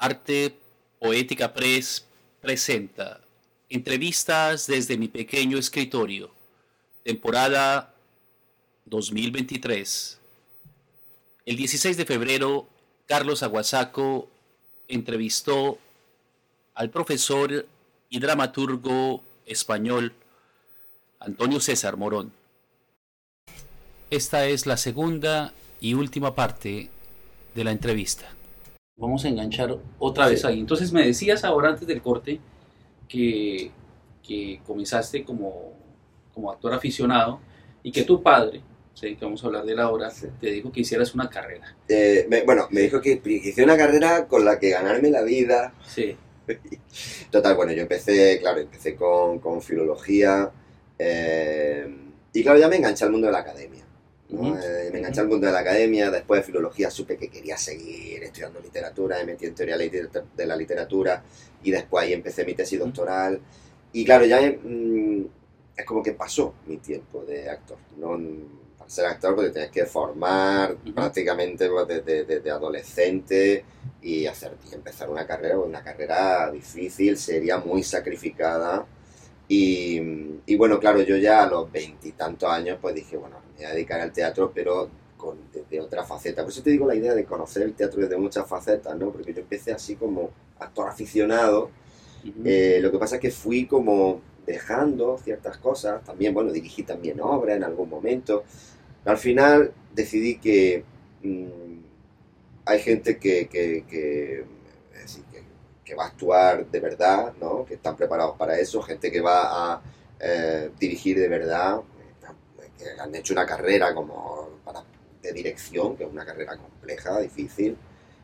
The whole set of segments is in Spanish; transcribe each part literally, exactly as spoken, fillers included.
Arte Poética Press presenta Entrevistas desde mi pequeño escritorio, temporada dos mil veintitrés. El dieciséis de febrero, Carlos Aguasaco entrevistó al profesor y dramaturgo español Antonio César Morón. Esta es la segunda y última parte de la entrevista. Vamos a enganchar otra vez ahí. Entonces me decías ahora antes del corte que, que comenzaste como, como actor aficionado y que tu padre, sé que vamos a hablar de la hora, sí, te dijo que hicieras una carrera. Eh, me, bueno, me dijo que hice una carrera con la que ganarme la vida. Sí. Total, bueno, yo empecé, claro, empecé con, con filología eh, y claro, ya me enganché al mundo de la academia. ¿no? Uh-huh. eh, me enganché uh-huh. al mundo de la academia, después de filología supe que quería seguir estudiando literatura, me metí en teoría de la literatura y después ahí empecé mi tesis doctoral y claro, ya mmm, es como que pasó mi tiempo de actor, ¿no? Para ser actor pues te tienes que formar uh-huh. prácticamente desde, desde adolescente y hacer y empezar una carrera, una carrera difícil, seria, muy sacrificada. Y, y bueno, claro, yo ya a los veintitantos años pues dije, bueno, me voy a dedicar al teatro, pero con, desde otra faceta. Por eso te digo la idea de conocer el teatro desde muchas facetas, ¿no? Porque yo empecé así como actor aficionado, uh-huh. eh, lo que pasa es que fui como dejando ciertas cosas, también, bueno, dirigí también obras en algún momento. Al final decidí que mmm, hay gente que, que, que, es decir, que que va a actuar de verdad, ¿no? Que están preparados para eso, gente que va a eh, dirigir de verdad, que han hecho una carrera como para, de dirección, que es una carrera compleja, difícil,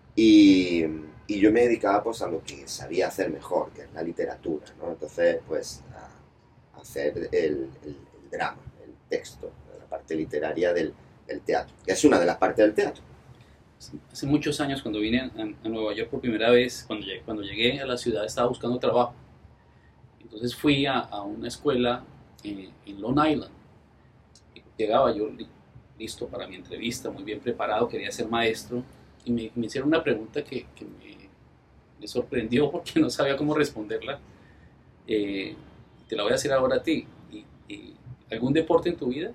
y, y yo me dedicaba pues a lo que sabía hacer mejor, que es la literatura, ¿no? Entonces, pues, a, a hacer el, el, el drama, el texto, la parte literaria del, del teatro, que es una de las partes del teatro. Hace muchos años, cuando vine a, a Nueva York por primera vez, cuando llegué, cuando llegué a la ciudad estaba buscando trabajo. Entonces fui a, a una escuela en, en Long Island. Llegaba yo li, listo para mi entrevista, muy bien preparado, quería ser maestro. Y me, me hicieron una pregunta que, que me, me sorprendió porque no sabía cómo responderla. Eh, te la voy a hacer ahora a ti. ¿Y, y, ¿Algún deporte en tu vida?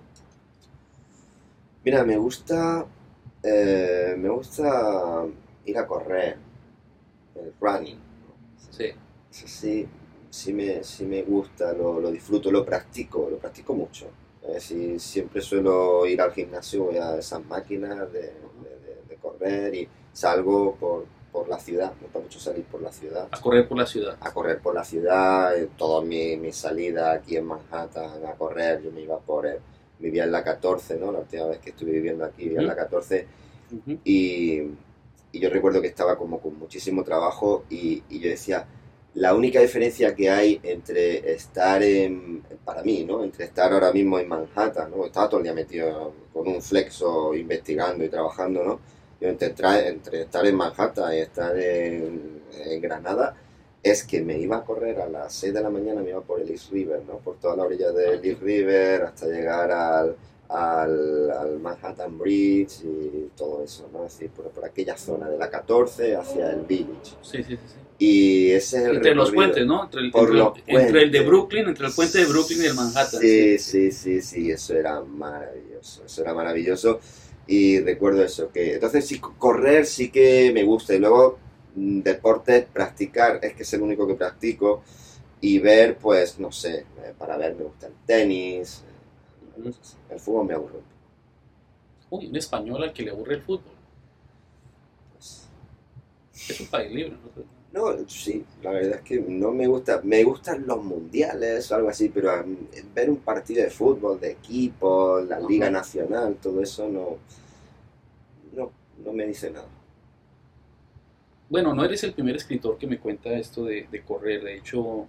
Mira, me gusta... Eh, me gusta ir a correr, el running. Sí. Eso sí, sí me, sí me gusta, lo, lo disfruto, lo practico, lo practico mucho. Es decir, siempre suelo ir al gimnasio, voy a esas máquinas de, de, de, de correr y salgo por, por la ciudad, me gusta mucho salir por la ciudad. A correr por la ciudad. A correr por la ciudad, todas mis mi salidas aquí en Manhattan a correr, yo me iba por el... Vivía en la catorce, ¿no? La última vez que estuve viviendo aquí, vivía uh-huh. en la catorce. Uh-huh. Y, y yo recuerdo que estaba como con muchísimo trabajo y, y yo decía, la única diferencia que hay entre estar en, para mí, ¿no? Entre estar ahora mismo en Manhattan, ¿no? Estaba todo el día metido con un flexo investigando y trabajando, ¿no? Yo entre, entre estar en Manhattan y estar en, en Granada, es que me iba a correr a las seis de la mañana, me iba por el East River, ¿no? Por toda la orilla del East River hasta llegar al, al, al Manhattan Bridge y todo eso, ¿no? Es decir, por, por aquella zona de la catorce hacia el Village. Sí, sí, sí. sí. Y ese es el Entre recorrido. Los puentes, ¿no? Entre el, por entre, los entre puentes. el de Brooklyn, entre el puente de Brooklyn y el Manhattan. Sí, sí, sí, sí, eso era maravilloso, eso era maravilloso. Y recuerdo eso, que entonces sí, correr sí que me gusta y luego... deportes, practicar, es que es el único que practico y ver, pues, no sé, para ver me gusta el tenis, el fútbol me aburre. Uy, un español al que le aburre el fútbol. Pues, es un país libre, ¿no? No, sí, la verdad es que no me gusta, me gustan los mundiales o algo así, pero um, ver un partido de fútbol, de equipo, la uh-huh. Liga Nacional, todo eso no, no, no me dice nada. Bueno, no eres el primer escritor que me cuenta esto de, de correr. De hecho,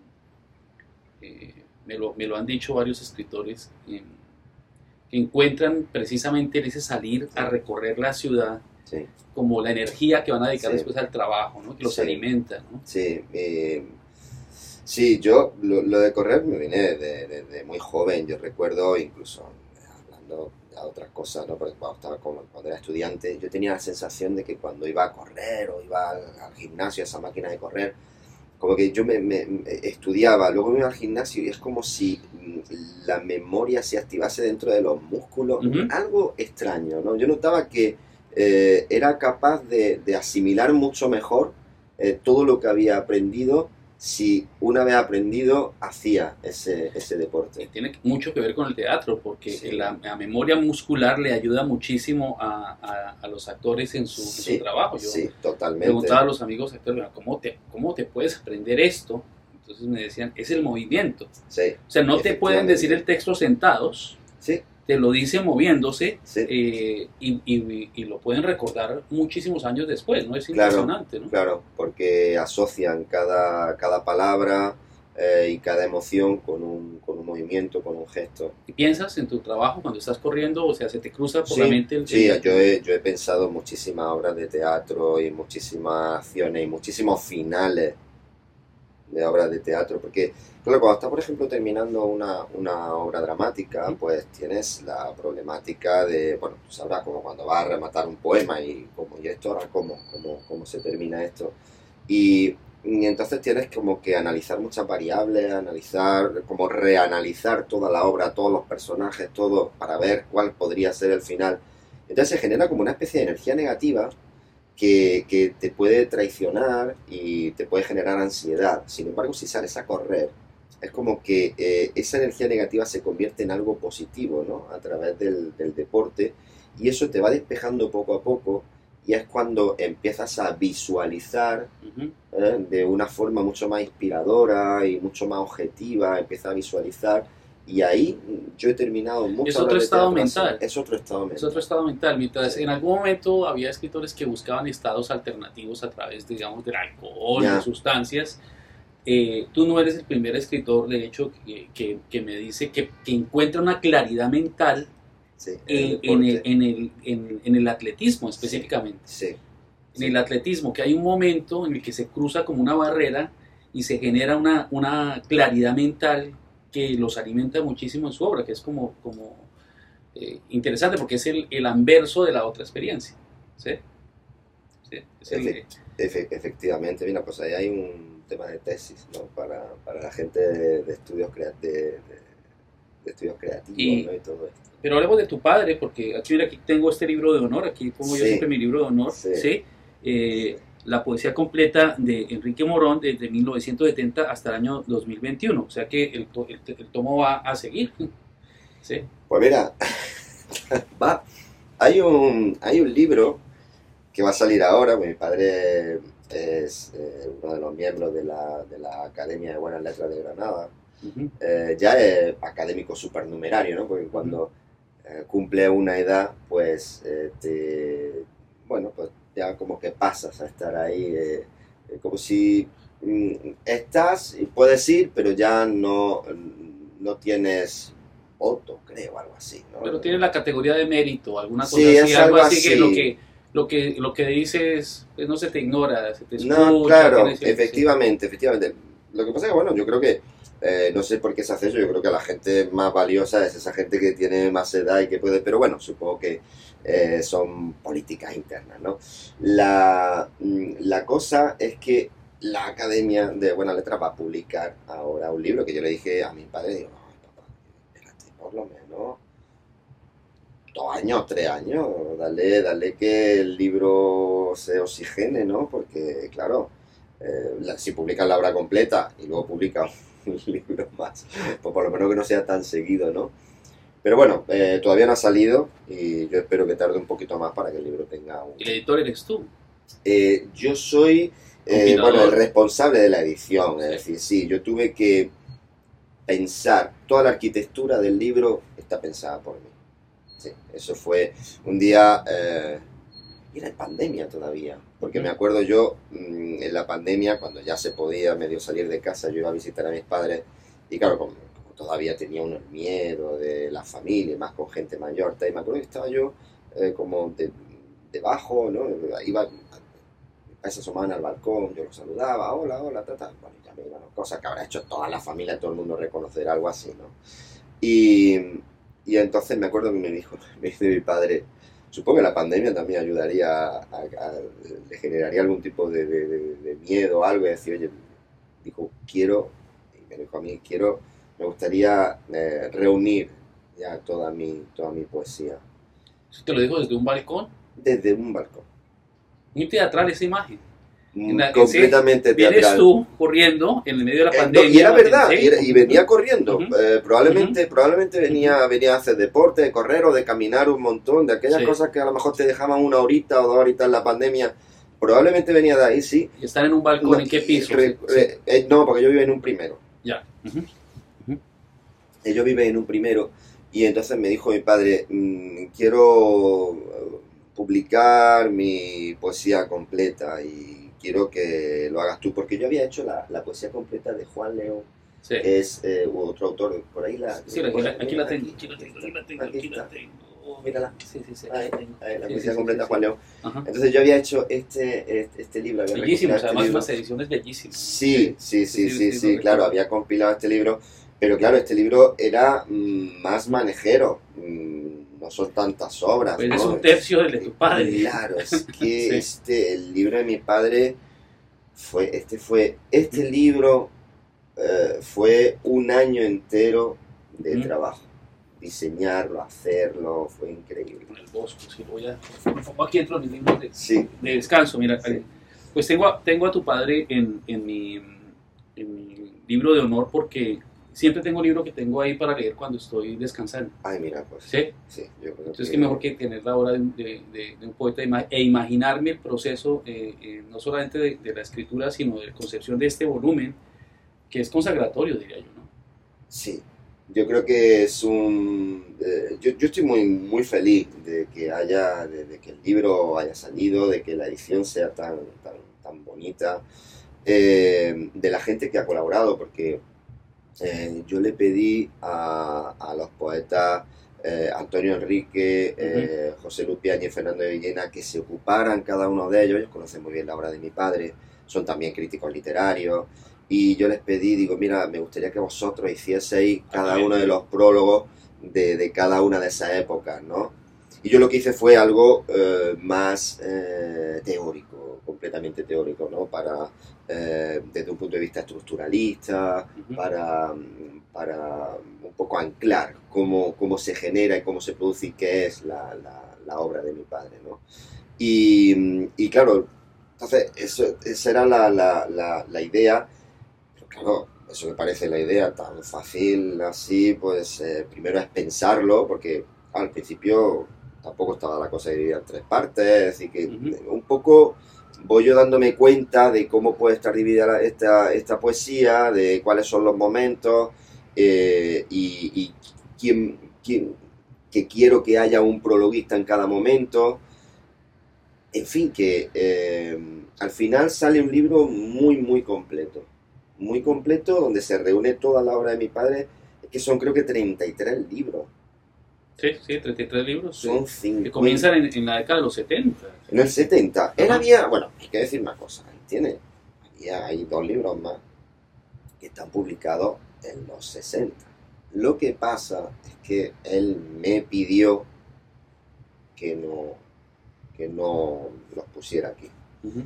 eh, me, lo, me lo han dicho varios escritores eh, que encuentran precisamente ese salir sí. a recorrer la ciudad sí. como la energía que van a dedicar sí. después al trabajo, ¿no? Que los sí. alimenta, ¿no? Sí, eh, sí, yo lo, lo de correr me vine de, de, de muy joven. Yo recuerdo incluso hablando a otras cosas, ¿no? Porque cuando, estaba como, cuando era estudiante yo tenía la sensación de que cuando iba a correr o iba al, al gimnasio, a esa máquina de correr, como que yo me, me, me estudiaba, luego me iba al gimnasio y es como si la memoria se activase dentro de los músculos, Uh-huh. algo extraño, ¿no? Yo notaba que eh, era capaz de, de asimilar mucho mejor eh, todo lo que había aprendido si una vez aprendido hacía ese, ese deporte. Tiene mucho que ver con el teatro, porque Sí. la, la memoria muscular le ayuda muchísimo a, a, a los actores en su, Sí, en su trabajo. Yo sí, totalmente. preguntaba a los amigos actores, ¿cómo te, ¿cómo te puedes aprender esto? Entonces me decían, es el movimiento. Sí, O sea, no te pueden decir el texto sentados, sí, te lo dicen moviéndose, sí. eh, y, y, y lo pueden recordar muchísimos años después, ¿no? Es impresionante, claro, ¿no? Claro, porque asocian cada, cada palabra eh, y cada emoción con un, con un movimiento, con un gesto. ¿Y piensas en tu trabajo cuando estás corriendo? O sea, ¿se te cruza por Sí, la mente el... sí, el- yo he, yo he pensado muchísimas obras de teatro y muchísimas acciones y muchísimos finales de obras de teatro, porque claro, cuando estás por ejemplo terminando una, una obra dramática, pues tienes la problemática de, bueno, tú sabrás como cuando vas a rematar un poema y como, y esto ahora cómo, cómo, cómo se termina esto, y, y entonces tienes como que analizar muchas variables, analizar, como reanalizar toda la obra, todos los personajes, todo, para ver cuál podría ser el final. Entonces se genera como una especie de energía negativa que, que te puede traicionar y te puede generar ansiedad. Sin embargo, si sales a correr, es como que eh, esa energía negativa se convierte en algo positivo, ¿no? A través del, del deporte, y eso te va despejando poco a poco, y es cuando empiezas a visualizar Uh-huh. ¿eh? de una forma mucho más inspiradora y mucho más objetiva, empiezas a visualizar, y ahí yo he terminado muchas Es otro obras de estado teatro mental. así. Es otro estado mental. Es otro estado mental. Mientras Sí. en algún momento había escritores que buscaban estados alternativos a través, digamos, del alcohol, Ya. de sustancias. Eh, tú no eres el primer escritor, de hecho, que, que, que me dice que, que encuentra una claridad mental Sí, en, el en, el, deporte. en, el, en, en el atletismo específicamente. Sí, En el atletismo, que hay un momento en el que se cruza como una barrera y se genera una, una claridad mental que los alimenta muchísimo en su obra, que es como, como eh, interesante porque es el, el anverso de la otra experiencia. ¿Sí? ¿Sí? Es el, Efe- efe- efectivamente. Mira, pues ahí hay un tema de tesis, ¿no? Para, para la gente de, de estudios, crea- de, de- de estudios creativos, Y- ¿no? Y todo esto. pero hablemos de tu padre, porque aquí, mira, aquí tengo este libro de honor, aquí pongo yo Sí. siempre mi libro de honor, Sí. ¿sí? Eh, la poesía completa de Enrique Morón desde mil novecientos setenta hasta el año dos mil veintiuno, o sea que el, to- el, el tomo va a seguir, ¿sí? Pues mira, va, hay un, hay un libro que va a salir ahora, pues mi padre es eh, uno de los miembros de la, de la Academia de Buenas Letras de Granada. Uh-huh. Eh, ya es académico supernumerario, ¿no? Porque cuando eh, cumple una edad, pues, eh, te, bueno, pues ya como que pasas a estar ahí, eh, eh, como si mm, estás y puedes ir, pero ya no, no tienes voto, creo, algo así, ¿no? Pero tiene la categoría de mérito, alguna cosa Sí, así, es algo algo así, que así. lo que lo que lo que dices pues, no se te ignora, se te escucha. No, claro, tienes- efectivamente, efectivamente. Lo que pasa es que, bueno, yo creo que, eh, no sé por qué se hace eso, yo creo que la gente más valiosa es esa gente que tiene más edad y que puede, pero bueno, supongo que eh, son políticas internas, ¿no? La, mm, la cosa es que la Academia de Buenas Letras va a publicar ahora un libro que yo le dije a mi padre, digo, no, papá, espérate, por lo menos dos años, tres años, dale, dale que el libro se oxigene, ¿no? Porque, claro, eh, la- si publican la obra completa y luego publican un libro más, pues por lo menos que no sea tan seguido, ¿no? Pero bueno, eh, todavía no ha salido y yo espero que tarde un poquito más para que el libro tenga un... Y el editor eres tú. Eh, yo soy, eh, Compilador. bueno, el responsable de la edición, es Sí. decir, sí, yo tuve que pensar, toda la arquitectura del libro está pensada por mí. Sí, eso fue un día, eh, y era en pandemia todavía, porque me acuerdo yo, mmm, en la pandemia, cuando ya se podía medio salir de casa, yo iba a visitar a mis padres, y claro, como, como todavía tenía uno el miedo de la familia, más con gente mayor, tal, y me acuerdo que estaba yo eh, como de, debajo, ¿no? Iba, a se asomaban al balcón, yo los saludaba, hola, hola, ta, ta. Bueno, ya me iban, cosas que habrá hecho toda la familia, todo el mundo reconocer algo así, ¿no? Y... y entonces me acuerdo que me dijo, me dice mi padre, supongo que la pandemia también ayudaría a, a, a le generaría algún tipo de, de, de, de miedo o algo, y decir, oye, dijo, quiero, y me dijo a mí, quiero, me gustaría eh, reunir ya toda mi, toda mi poesía. Eso te lo dijo desde un balcón. Desde un balcón. Muy teatral esa imagen. La, Completamente ese, teatral. Vienes tú corriendo en el medio de la pandemia. Eh, no, y era verdad, y, era, y venía corriendo. Uh-huh. eh, probablemente uh-huh. probablemente venía, uh-huh. venía a hacer deporte, de correr o de caminar un montón, de aquellas sí. cosas que a lo mejor te dejaban una horita o dos horitas en la pandemia. Probablemente venía de ahí, sí. ¿Y estar en un balcón no, en qué piso? Re, re, eh, no, porque yo vivo en un primero. Ya. Uh-huh. Uh-huh. Ellos viven en un primero y entonces me dijo mi padre, mmm, quiero publicar mi poesía completa y quiero que lo hagas tú, porque yo había hecho la, la poesía completa de Juan León, sí. que es eh, otro autor, por ahí la... Sí, aquí, la, aquí la tengo, aquí la tengo, aquí la tengo, aquí, aquí la tengo. Mírala. Sí, sí, sí. Ahí, ahí, la sí, poesía sí, completa de sí, Juan sí. León. Ajá. Entonces yo había hecho este, este, este libro. Había bellísimos, este además libro. unas ediciones bellísimas. Sí, sí, sí, sí, sí, sí, sí claro, había compilado este libro, pero claro, este libro era mmm, más manejero, mmm, no son tantas obras. Pues ¿no? es un tercio del de tu padre. Claro, es que sí. este, el libro de mi padre fue, este fue, este libro eh, fue un año entero de mm. trabajo. Diseñarlo, hacerlo, fue increíble. Con el bosco, sí, voy a... Aquí entro en mis libros de, sí. de descanso, mira. Sí. Pues tengo a, tengo a tu padre en, en, mi, en mi libro de honor porque siempre tengo un libro que tengo ahí para leer cuando estoy descansando. Ay, mira, pues. ¿Sí? Sí, yo creo Entonces, que... qué mejor que tener la obra de, de, de, de un poeta e imaginarme el proceso, eh, eh, no solamente de, de la escritura, sino de la concepción de este volumen, que es consagratorio, diría yo, ¿no? Sí. Yo creo que es un... Eh, yo, yo estoy muy, muy feliz de que haya, de, de que el libro haya salido, de que la edición sea tan, tan, tan bonita, eh, de la gente que ha colaborado, porque eh, yo le pedí a, a los poetas eh, Antonio Enrique, eh, uh-huh. José Lupián y Fernando de Villena que se ocuparan cada uno de ellos. Ellos conocen muy bien la obra de mi padre, son también críticos literarios. Y yo les pedí, digo, mira, me gustaría que vosotros hicieseis cada uno de los prólogos de, de cada una de esas épocas, ¿no? Y yo lo que hice fue algo eh, más eh, teórico, completamente teórico, ¿no? Para, eh, desde un punto de vista estructuralista, uh-huh. para, para un poco anclar cómo, cómo se genera y cómo se produce y qué es la, la, la obra de mi padre, ¿no? Y, y claro, entonces, eso, esa era la, la, la, la idea. Claro, eso me parece la idea tan fácil así, pues eh, primero es pensarlo, porque al principio tampoco estaba la cosa dividida en tres partes, es decir, que uh-huh. un poco voy yo dándome cuenta de cómo puede estar dividida la, esta, esta poesía, de cuáles son los momentos, eh, y, y quién, quién, que quiero que haya un prologuista en cada momento, en fin, que eh, al final sale un libro muy, muy completo. muy completo, donde se reúne toda la obra de mi padre, que son creo que treinta y tres libros. Sí, sí, treinta y tres libros. Son sí, cinco. Que comienzan en, en la década de los setenta. En el setenta. Él había, bueno, hay que decir una cosa, ¿entiendes? Había, hay dos libros más que están publicados en los sesenta. Lo que pasa es que él me pidió que no, que no los pusiera aquí. Uh-huh.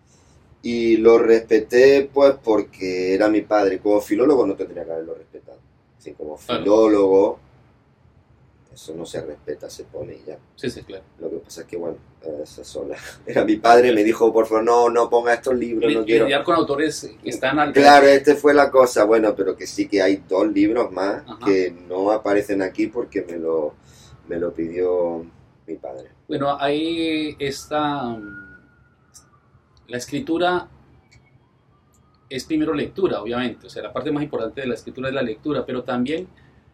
Y lo respeté, pues, porque era mi padre. Como filólogo no tendría que haberlo respetado. Así como filólogo, claro. Eso no se respeta, se pone y ya. Sí, sí, claro. Lo que pasa es que, bueno, esa sola. Era mi padre, me dijo, por favor, no, no ponga estos libros, y, no quiero. Lidiar con autores que están al... Claro, este fue la cosa, bueno, pero que sí que hay dos libros más. Ajá. Que no aparecen aquí porque me lo, me lo pidió mi padre. Bueno, ahí está... La escritura es primero lectura, obviamente, o sea, la parte más importante de la escritura es la lectura, pero también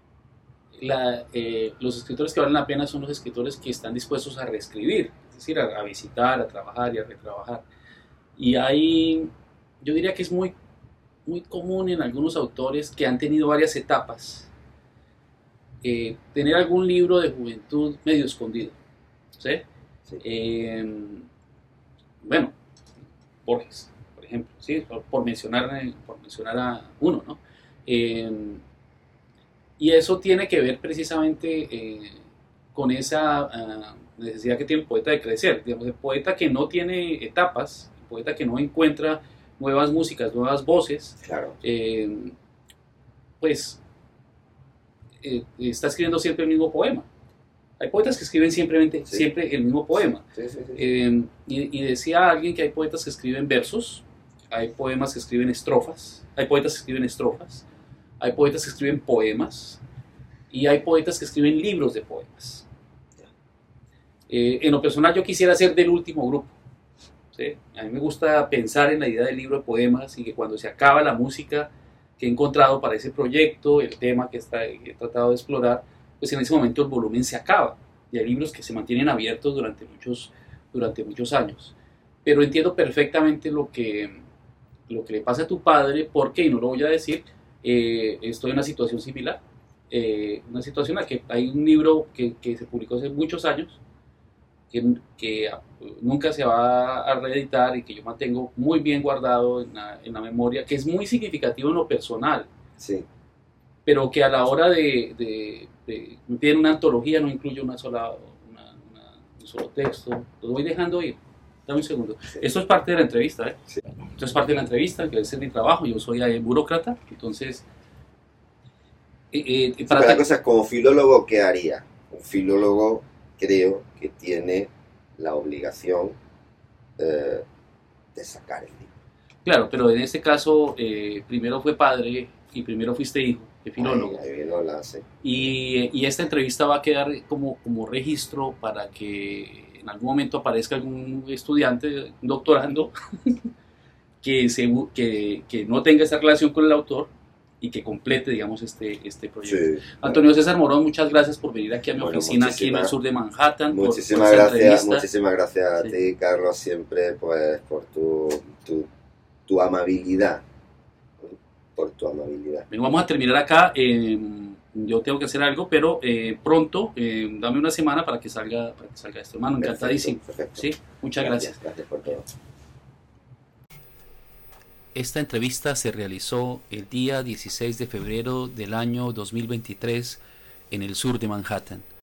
la, eh, los escritores que valen la pena son los escritores que están dispuestos a reescribir, es decir, a, a visitar, a trabajar y a retrabajar. Y ahí, yo diría que es muy, muy común en algunos autores que han tenido varias etapas, eh, tener algún libro de juventud medio escondido, ¿sí? Sí. Eh, bueno, Borges, por ejemplo, ¿sí? por, mencionar, por mencionar a uno, ¿no? Eh, Y eso tiene que ver precisamente eh, con esa uh, necesidad que tiene el poeta de crecer. Digamos, el poeta que no tiene etapas, el poeta que no encuentra nuevas músicas, nuevas voces, Claro. eh, pues eh, está escribiendo siempre el mismo poema. Hay poetas que escriben simplemente, Sí. siempre el mismo poema. Sí, sí, sí. Eh, y, y decía alguien que hay poetas que escriben versos, hay poemas que escriben estrofas, hay poetas que escriben estrofas, hay poetas que escriben poemas y hay poetas que escriben libros de poemas. Eh, en lo personal yo quisiera ser del último grupo. ¿Sí? A mí me gusta pensar en la idea del libro de poemas y que cuando se acaba la música que he encontrado para ese proyecto, el tema que, está, que he tratado de explorar, pues en ese momento el volumen se acaba y hay libros que se mantienen abiertos durante muchos, durante muchos años. Pero entiendo perfectamente lo que, lo que le pasa a tu padre, porque, y no lo voy a decir, eh, estoy en una situación similar. Eh, una situación en la que hay un libro que, que se publicó hace muchos años, que, que nunca se va a reeditar y que yo mantengo muy bien guardado en la, en la memoria, que es muy significativo en lo personal, Sí. pero que a la hora de, de, de me piden una antología no incluye una sola, una, una, un solo texto, lo voy dejando ir. Dame un segundo. Sí. Esto es parte de la entrevista, ¿eh? Sí. Esto es parte de la entrevista, que es mi trabajo, yo soy eh, burócrata, entonces... Eh, eh, Sí, para pero la ta- cosa es, como filólogo, ¿qué haría? Un filólogo, creo que tiene la obligación eh, de sacar el libro. Claro, pero en este caso, eh, primero fue padre y primero fuiste hijo, que filólogo. Ahí, ahí vino la, sí. Y, y esta entrevista va a quedar como, como registro para que en algún momento aparezca algún estudiante, un doctorando, que, se, que, que no tenga esa relación con el autor y que complete, digamos, este, este proyecto. Sí, Antonio César Morón, muchas gracias por venir aquí a mi Bueno, oficina aquí en el muchísimas- sur de Manhattan. por- Muchísimas por esta gracias, entrevista. muchísimas gracias a Sí. ti, Carlos, siempre pues por tu, tu, tu amabilidad. Por tu amabilidad. Bueno, vamos a terminar acá. eh, yo tengo que hacer algo, pero eh, pronto, eh, dame una semana para que salga, para que salga esto, hermano. Encantadísimo. Perfecto. Sí, muchas gracias. Gracias por todo. Esta entrevista se realizó el día dieciséis de febrero del año dos mil veintitrés en el sur de Manhattan.